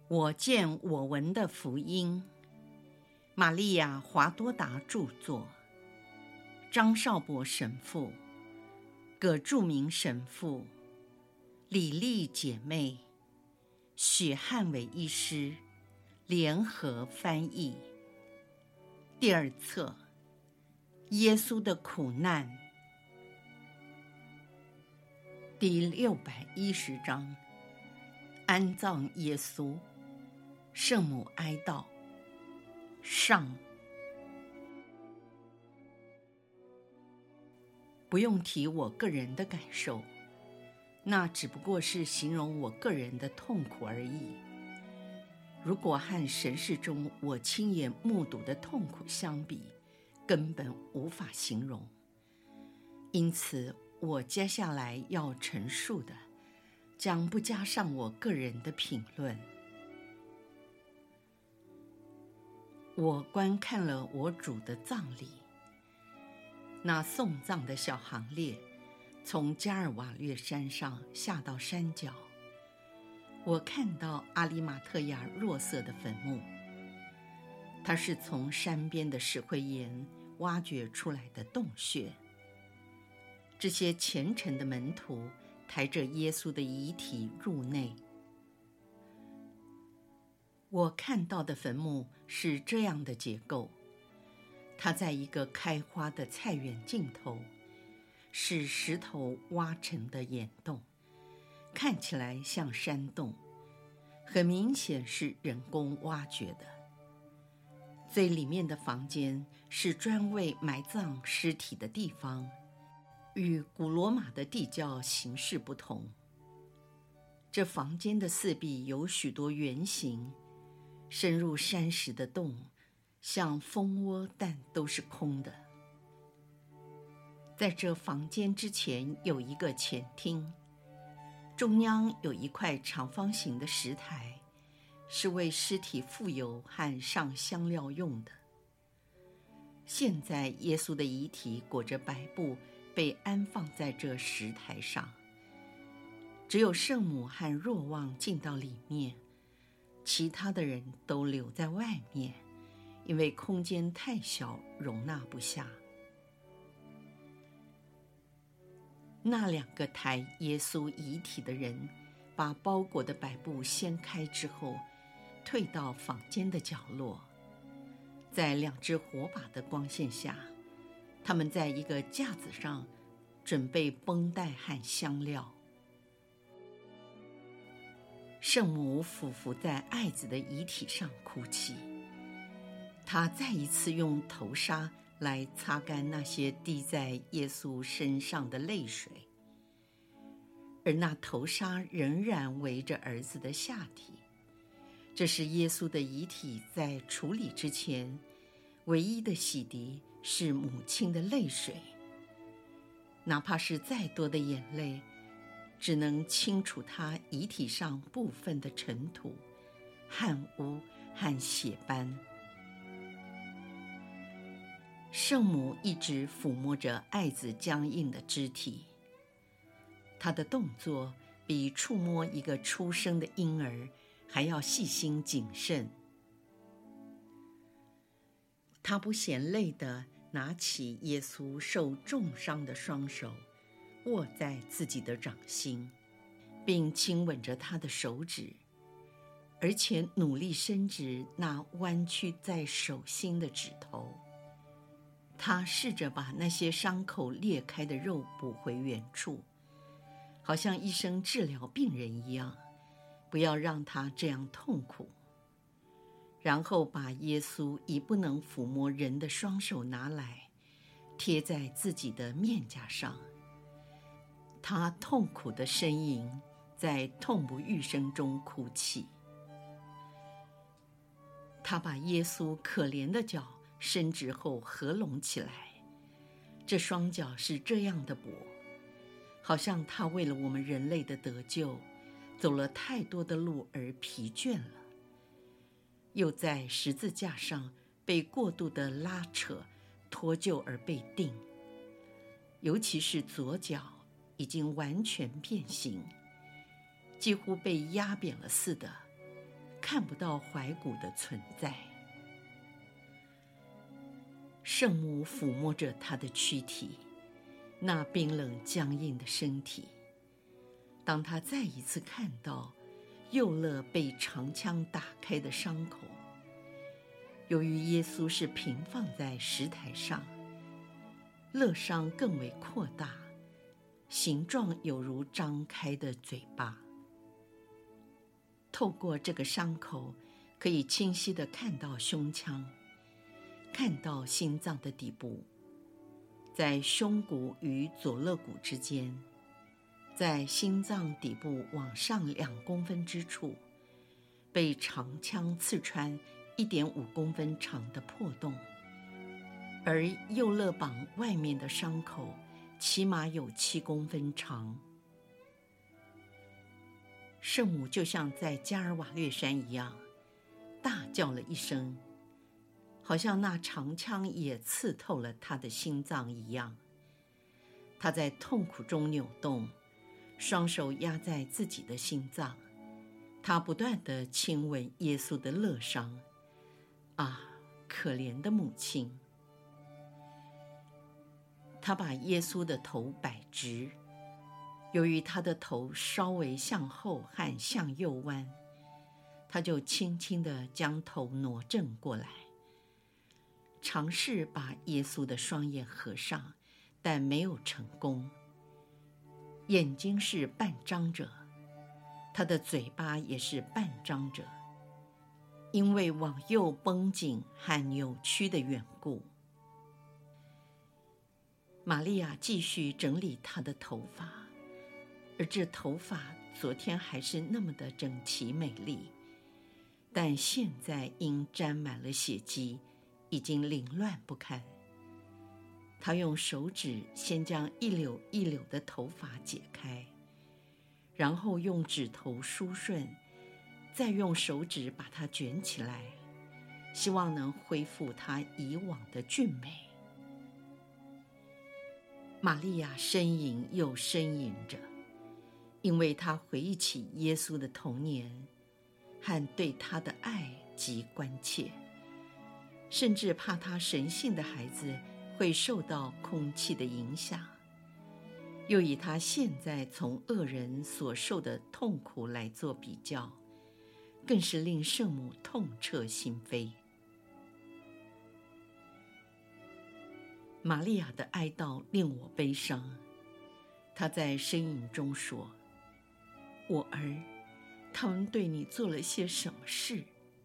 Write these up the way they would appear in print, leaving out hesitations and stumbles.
我见我闻的福音，玛利亚·华多达著作，张少博神父、葛著名神父、李丽姐妹、许汉伟医师联合翻译。第二册，耶稣的苦难，第610章，安葬耶稣，圣母哀悼上。不用提我个人的感受，那只不过是形容我个人的痛苦而已。如果和神事中我亲眼目睹的痛苦相比，根本无法形容。因此，我接下来要陈述的，将不加上我个人的评论。我观看了我主的葬礼，那送葬的小行列从加尔瓦略山上下到山脚。我看到阿里马特亚若瑟的坟墓，它是从山边的石灰岩挖掘出来的洞穴。这些虔诚的门徒抬着耶稣的遗体入内。我看到的坟墓是这样的结构，它在一个开花的菜园尽头，是石头挖成的眼洞，看起来像山洞，很明显是人工挖掘的。最里面的房间是专为埋葬尸体的地方，与古罗马的地窖形式不同。这房间的四壁有许多圆形，深入山石的洞，像蜂窝，但都是空的。在这房间之前有一个前厅，中央有一块长方形的石台，是为尸体复油和上香料用的。现在耶稣的遗体裹着白布被安放在这石台上，只有圣母和若望进到里面，其他的人都留在外面，因为空间太小，容纳不下。那2个抬耶稣遗体的人把包裹的白布掀开之后，退到房间的角落，在2只火把的光线下，他们在一个架子上准备绷带和香料。圣母俯伏在爱子的遗体上哭泣，她再一次用头纱来擦干那些滴在耶稣身上的泪水，而那头纱仍然围着儿子的下体。这是耶稣的遗体在处理之前唯一的洗涤，是母亲的泪水。哪怕是再多的眼泪，只能清除他遗体上部分的尘土、汗污和血斑。圣母一直抚摸着爱子僵硬的肢体，她的动作比触摸一个出生的婴儿还要细心谨慎。她不嫌累地拿起耶稣受重伤的双手，握在自己的掌心，并亲吻着他的手指，而且努力伸直那弯曲在手心的指头。他试着把那些伤口裂开的肉补回原处，好像医生治疗病人一样，不要让他这样痛苦。然后把耶稣以不能抚摸人的双手拿来，贴在自己的面颊上。他痛苦的呻吟，在痛不欲生中哭泣。他把耶稣可怜的脚伸直后合拢起来，这双脚是这样的跛，好像他为了我们人类的得救，走了太多的路而疲倦了，又在十字架上被过度的拉扯脱臼而被钉，尤其是左脚已经完全变形，几乎被压扁了似的， 看不到怀骨的存在。圣母抚摸着他的躯体，那冰冷僵硬的身体。当他再一次看到右肋被长枪打开的伤口，由于耶稣是平放在石台上，肋伤更为扩大，形状有如张开的嘴巴。透过这个伤口，可以清晰地看到胸腔，看到心脏的底部，在胸骨与左肋骨之间，在心脏底部往上2公分之处，被长枪刺穿1.5公分长的破洞，而右肋膀外面的伤口起码有7公分长。圣母就像在加尔瓦略山一样，大叫了一声，好像那长枪也刺透了她的心脏一样。她在痛苦中扭动，双手压在自己的心脏，她不断地亲吻耶稣的肋伤。啊，可怜的母亲！她把耶稣的头摆直，由于他的头稍微向后和向右弯，他就轻轻地将头挪正过来，尝试把耶稣的双眼合上，但没有成功。眼睛是半张着，他的嘴巴也是半张着，因为往右绷紧和扭曲的缘故。玛利亚继续整理她的头发，而这头发昨天还是那么的整齐美丽，但现在因沾满了血迹，已经凌乱不堪。她用手指先将一绺一绺的头发解开，然后用指头梳顺，再用手指把它卷起来，希望能恢复她以往的俊美。玛利亚呻吟又呻吟着，因为她回忆起耶稣的童年和对他的爱及关切，甚至怕他神性的孩子会受到空气的影响，又以他现在从恶人所受的痛苦来做比较，更是令圣母痛彻心扉。玛利亚的哀悼令我悲伤，她在呻吟中说：“我儿，他们对你做了些什么事？”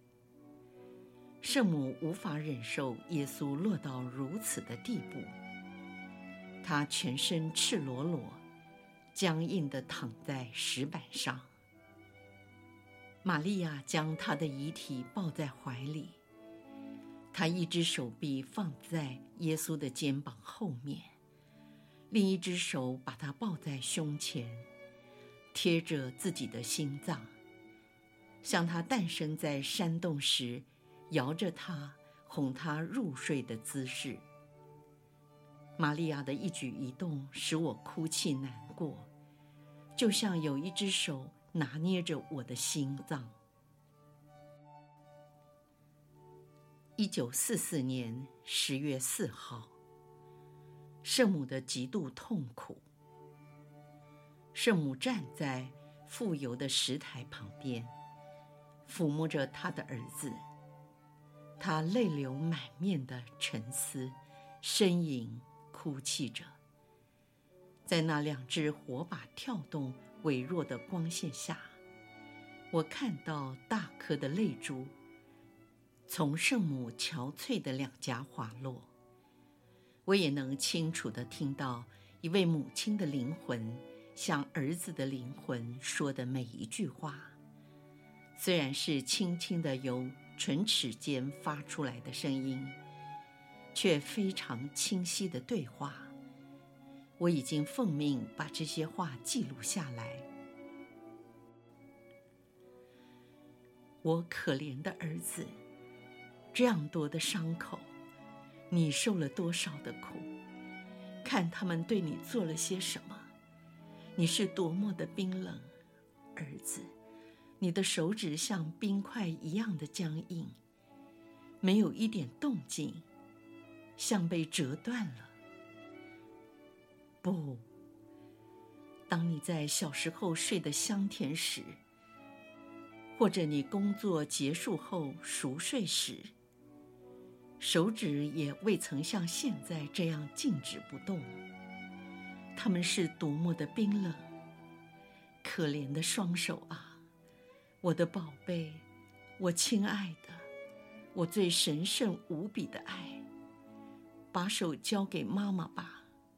圣母无法忍受耶稣落到如此的地步，他全身赤裸裸，僵硬地躺在石板上。玛利亚将他的遗体抱在怀里，她一只手臂放在耶稣的肩膀后面，另一只手把他抱在胸前，贴着自己的心脏，像他诞生在山洞时摇着他哄他入睡的姿势。玛利亚的一举一动使我哭泣难过，就像有一只手拿捏着我的心脏。1944年10月4号，圣母的极度痛苦。圣母站在富油的石台旁边，抚摸着她的儿子，她泪流满面的沉思、呻吟、哭泣着。在那2只火把跳动微弱的光线下，我看到大颗的泪珠从圣母憔悴的2颊滑落。我也能清楚地听到一位母亲的灵魂向儿子的灵魂说的每一句话，虽然是轻轻地由唇齿间发出来的声音，却非常清晰的对话。我已经奉命把这些话记录下来。我可怜的儿子，这样多的伤口，你受了多少的苦？看他们对你做了些什么？你是多么的冰冷，儿子， 你的手指像冰块一样的僵硬，没有一点动静，像被折断了。不，当你在小时候睡得香甜时，或者你工作结束后熟睡时，手指也未曾像现在这样静止不动。它们是多么的冰冷！可怜的双手啊，我的宝贝，我亲爱的，我最神圣无比的爱，把手交给妈妈吧。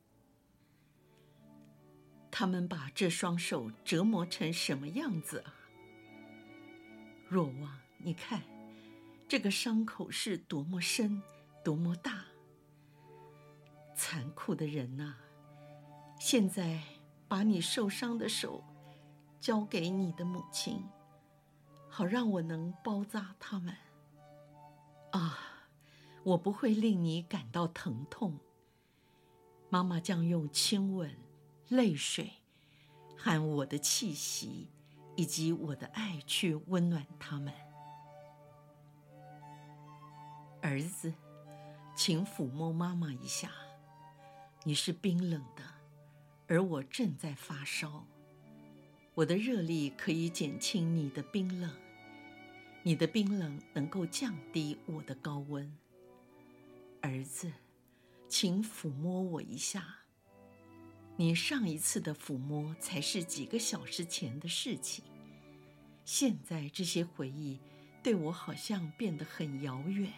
他们把这双手折磨成什么样子啊？若望，你看，这个伤口是多么深，多么大。残酷的人啊，现在把你受伤的手交给你的母亲，好让我能包扎他们。啊，我不会令你感到疼痛。妈妈将用亲吻、泪水和我的气息以及我的爱去温暖他们。儿子，请抚摸妈妈一下，你是冰冷的，而我正在发烧。我的热力可以减轻你的冰冷，你的冰冷能够降低我的高温。儿子，请抚摸我一下。你上一次的抚摸才是几个小时前的事情，现在这些回忆对我好像变得很遥远。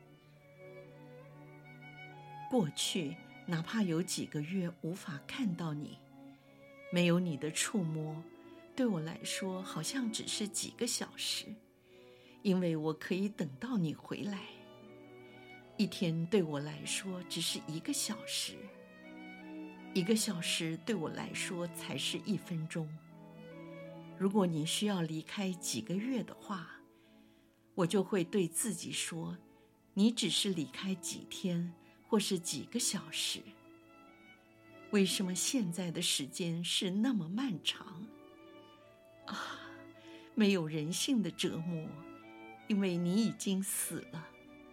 过去哪怕有几个月无法看到你，没有你的触摸，对我来说好像只是几个小时，因为我可以等到你回来。一天对我来说只是1个小时，1个小时对我来说才是1分钟。如果你需要离开几个月的话，我就会对自己说，你只是离开几天或是几个小时。为什么现在的时间是那么漫长？啊，没有人性的折磨，因为你已经死了。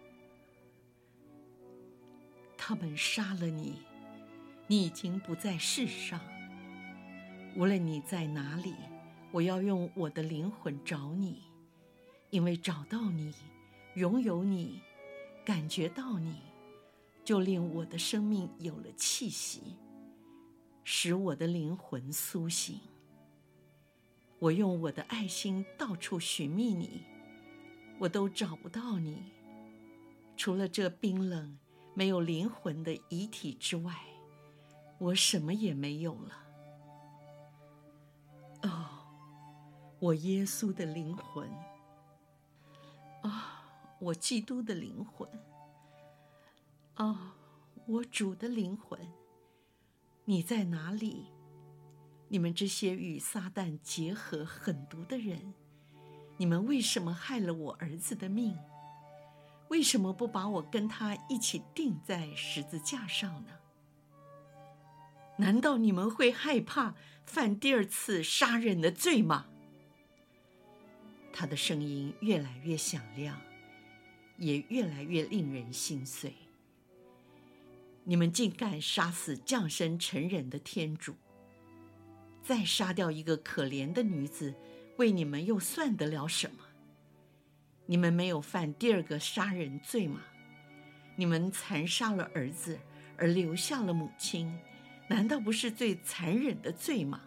他们杀了你，你已经不在世上。无论你在哪里，我要用我的灵魂找你，因为找到你，拥有你，感觉到你，就令我的生命有了气息，使我的灵魂苏醒。我用我的爱心到处寻觅你，我都找不到你。除了这冰冷没有灵魂的遗体之外，我什么也没有了。哦，我耶稣的灵魂，我基督的灵魂，我主的灵魂，你在哪里？你们这些与撒旦结合狠毒的人，你们为什么害了我儿子的命？为什么不把我跟他一起钉在十字架上呢？难道你们会害怕犯第2次杀人的罪吗？他的声音越来越响亮，也越来越令人心碎。你们竟敢杀死降生成人的天主，再杀掉一个可怜的女子，为你们又算得了什么？你们没有犯第2个杀人罪吗？你们残杀了儿子，而留下了母亲，难道不是最残忍的罪吗？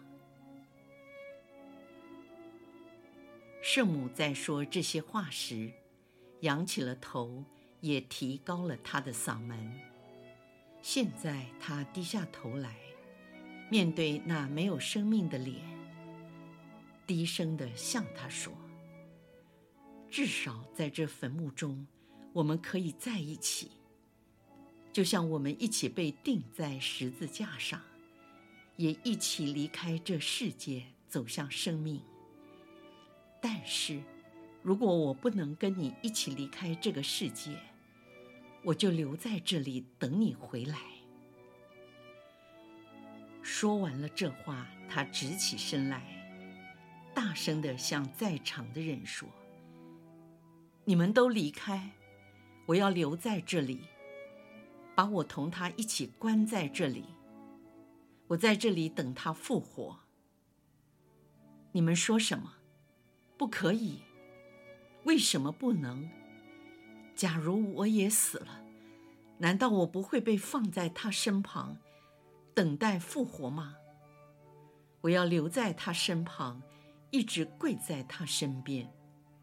圣母在说这些话时，仰起了头，也提高了她的嗓门。现在她低下头来，面对那没有生命的脸，低声地向他说，至少在这坟墓中，我们可以在一起，就像我们一起被钉在十字架上，也一起离开这世界，走向生命。但是，如果我不能跟你一起离开这个世界，我就留在这里等你回来。说完了这话，他直起身来， 大声地向在场的人说：你们都离开，我要留在这里，把我同他一起关在这里，我在这里等他复活。你们说什么？不可以？为什么不能？假如我也死了，难道我不会被放在他身旁，等待复活吗？我要留在他身旁，一直跪在他身边。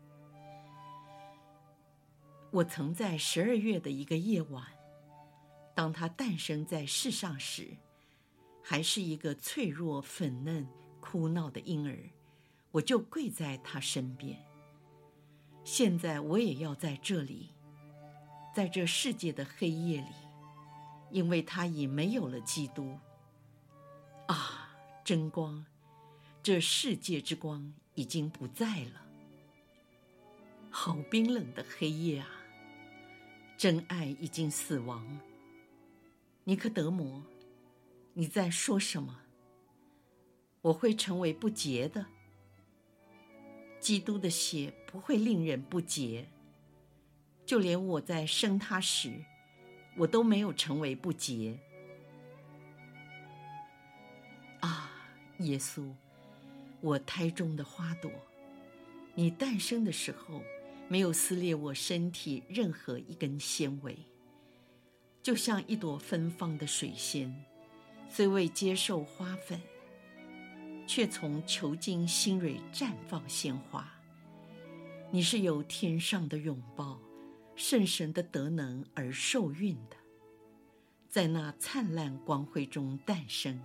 我曾在12月的一个夜晚，当他诞生在世上时，还是一个脆弱、粉嫩、哭闹的婴儿，我就跪在他身边。现在我也要在这里，在这世界的黑夜里，因为他已没有了基督。啊，真光，这世界之光已经不在了。好冰冷的黑夜啊！真爱已经死亡。尼科德摩，你在说什么？我会成为不洁的。基督的血不会令人不洁，就连我在生他时，我都没有成为不洁。啊，耶稣，我胎中的花朵，你诞生的时候没有撕裂我身体任何一根纤维，就像一朵芬芳的水仙，虽未接受花粉，却从球茎新蕊绽放鲜花。你是由天上的拥抱、圣神的德能而受孕的，在那灿烂光辉中诞生。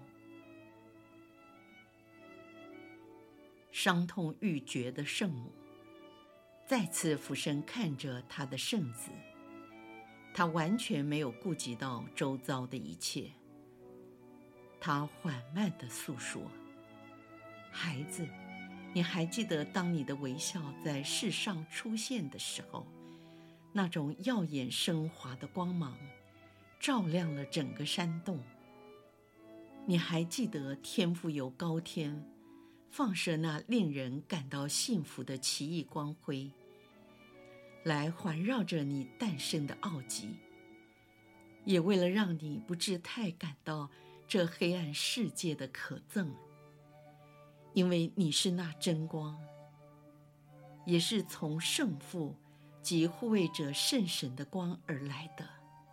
伤痛欲绝的圣母再次俯身看着他的圣子，他完全没有顾及到周遭的一切。他缓慢地诉说：孩子，你还记得当你的微笑在世上出现的时候，那种耀眼升华的光芒照亮了整个山洞？你还记得天父由高天放射那令人感到幸福的奇异光辉，来环绕着你诞生的奥迹，也为了让你不致太感到这黑暗世界的可憎，因为你是那真光，也是从圣父及护卫者圣神的光而来的。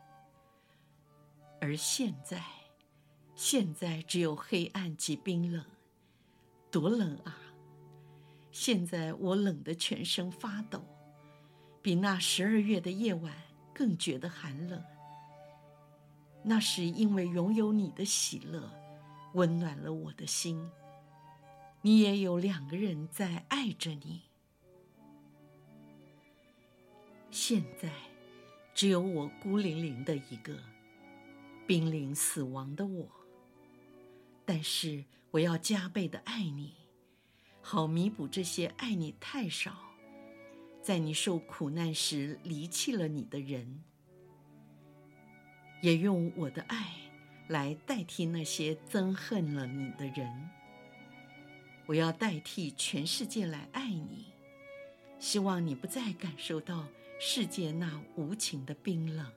而现在只有黑暗及冰冷，多冷啊！现在我冷得全身发抖，比那12月的夜晚更觉得寒冷。那是因为拥有你的喜乐，温暖了我的心。你也有2个人在爱着你。现在只有我孤零零的一个，濒临死亡的我。但是我要加倍的爱你，好弥补这些爱你太少，在你受苦难时离弃了你的人，也用我的爱来代替那些憎恨了你的人。我要代替全世界来爱你，希望你不再感受到世界那无情的冰冷。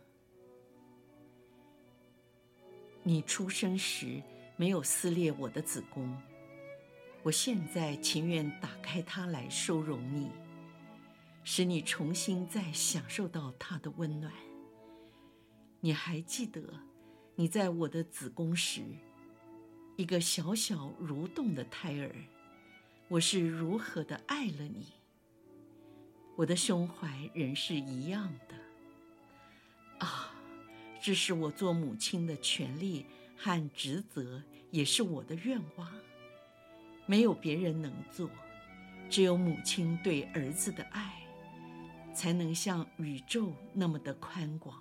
你出生时没有撕裂我的子宫，我现在情愿打开它来收容你，使你重新再享受到它的温暖。你还记得你在我的子宫时，一个小小蠕动的胎儿，我是如何的爱了你？我的胸怀仍是一样的。啊，这是我做母亲的权利和职责，也是我的愿望。没有别人能做，只有母亲对儿子的爱，才能像宇宙那么的宽广。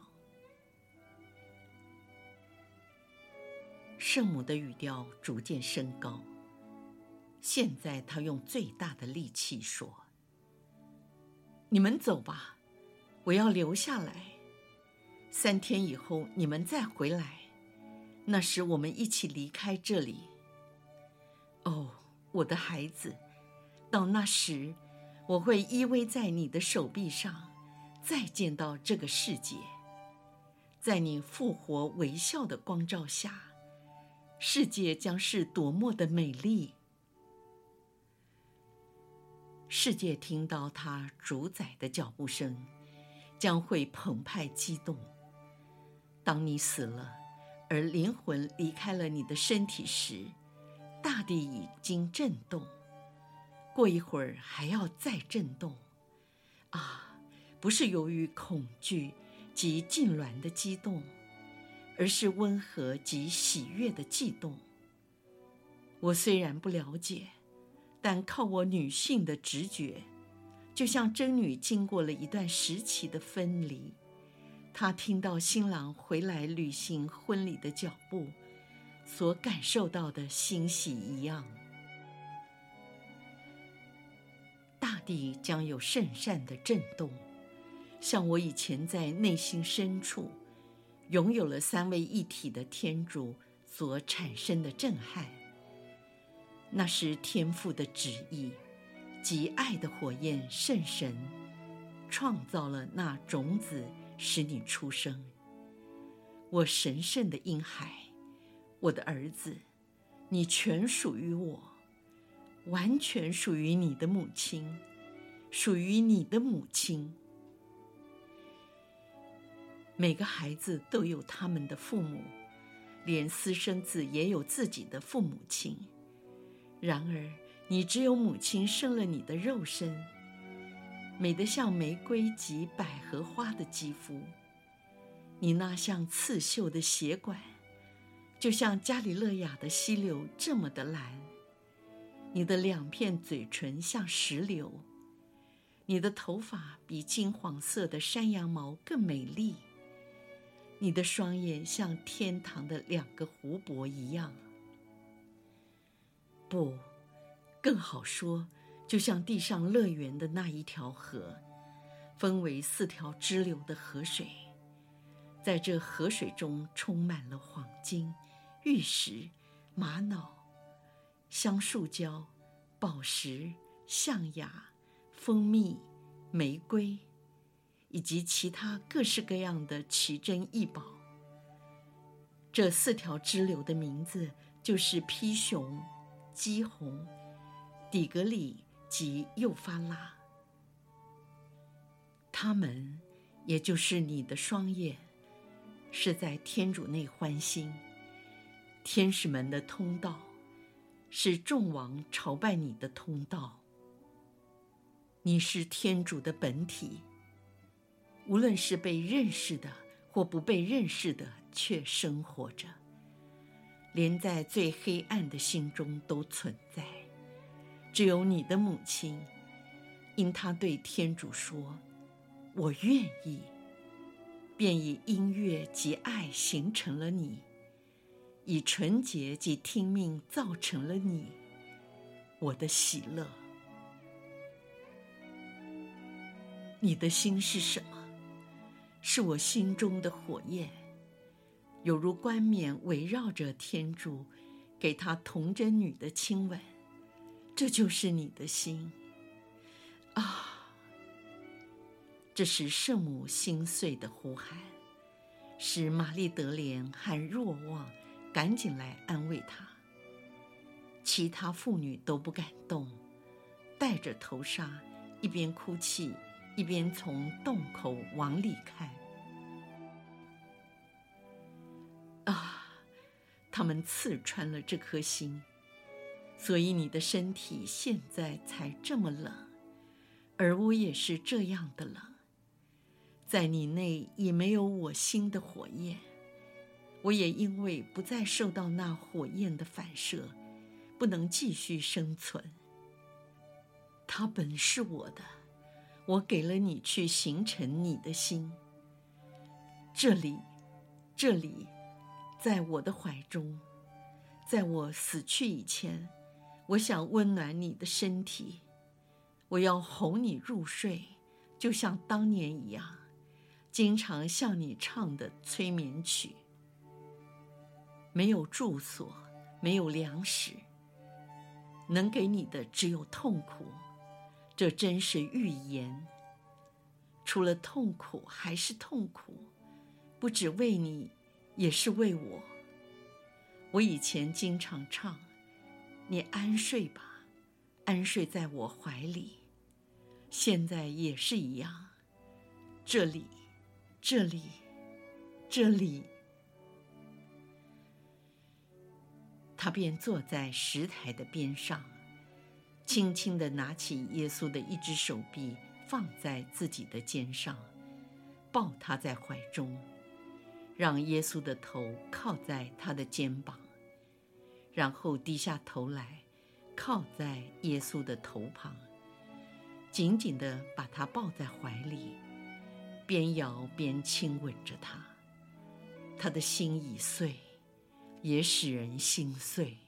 圣母的语调逐渐升高，现在她用最大的力气说：你们走吧，我要留下来。3天以后你们再回来，那时我们一起离开这里。哦，我的孩子， 到那时，我会依偎在你的手臂上，再见到这个世界。在你复活微笑的光照下，世界将是多么的美丽。世界听到他主宰的脚步声，将会澎湃激动。当你死了，而灵魂离开了你的身体时，大地已经震动，过一会儿还要再震动。不是由于恐惧及痉挛的激动，而是温和及喜悦的悸动。我虽然不了解，但靠我女性的直觉，就像贞女经过了一段时期的分离，她听到新郎回来履行婚礼的脚步所感受到的欣喜一样。大地将有圣善的震动，像我以前在内心深处拥有了三位一体的天主所产生的震撼。那是天父的旨意及爱的火焰圣神创造了那种子，使你出生。我神圣的婴孩，我的儿子，你全属于我，完全属于你的母亲，属于你的母亲。每个孩子都有他们的父母，连私生子也有自己的父母亲。然而，你只有母亲生了你的肉身，美得像玫瑰及百合花的肌肤，你那像刺绣的血管，就像加里勒亚的溪流这么的蓝。你的两片嘴唇像石榴，你的头发比金黄色的山羊毛更美丽，你的双眼像天堂的两个湖泊一样。不，更好说，就像地上乐园的那一条河，分为4条支流的河水，在这河水中充满了黄金、玉石、玛瑙、香树胶、宝石、象牙、蜂蜜、玫瑰，以及其他各式各样的奇珍异宝。这4条支流的名字就是丕雄、基宏、底格里及幼发拉。他们也就是你的双眼，是在天主内欢欣，天使们的通道，是众王朝拜你的通道。你是天主的本体，无论是被认识的或不被认识的，却生活着，连在最黑暗的心中都存在。只有你的母亲，因她对天主说：“我愿意”，便以音乐及爱形成了你，以纯洁及听命造成了你，我的喜乐。你的心是什么？是我心中的火焰，有如冠冕围绕着天主给他童贞女的亲吻，这就是你的心这是圣母心碎的呼喊，使玛丽德莲和若望赶紧来安慰她。其他妇女都不敢动，带着头纱，一边哭泣一边从洞口往里看。他们刺穿了这颗心，所以你的身体现在才这么冷，而我也是这样的冷。在你内也没有我心的火焰，我也因为不再受到那火焰的反射，不能继续生存。它本是我的，我给了你去形成你的心。这里，在我的怀中，在我死去以前，我想温暖你的身体，我要哄你入睡，就像当年一样，经常向你唱的催眠曲。没有住所，没有粮食， 能给你的只有痛苦，这真是预言。除了痛苦还是痛苦，不只为你，也是为我。我以前经常唱，你安睡吧，安睡在我怀里。现在也是一样，这里，这里，这里。他便坐在石台的边上，轻轻地拿起耶稣的一只手臂，放在自己的肩上，抱他在怀中，让耶稣的头靠在他的肩膀，然后低下头来，靠在耶稣的头旁，紧紧地把他抱在怀里，边摇边亲吻着他。他的心已碎，也使人心碎。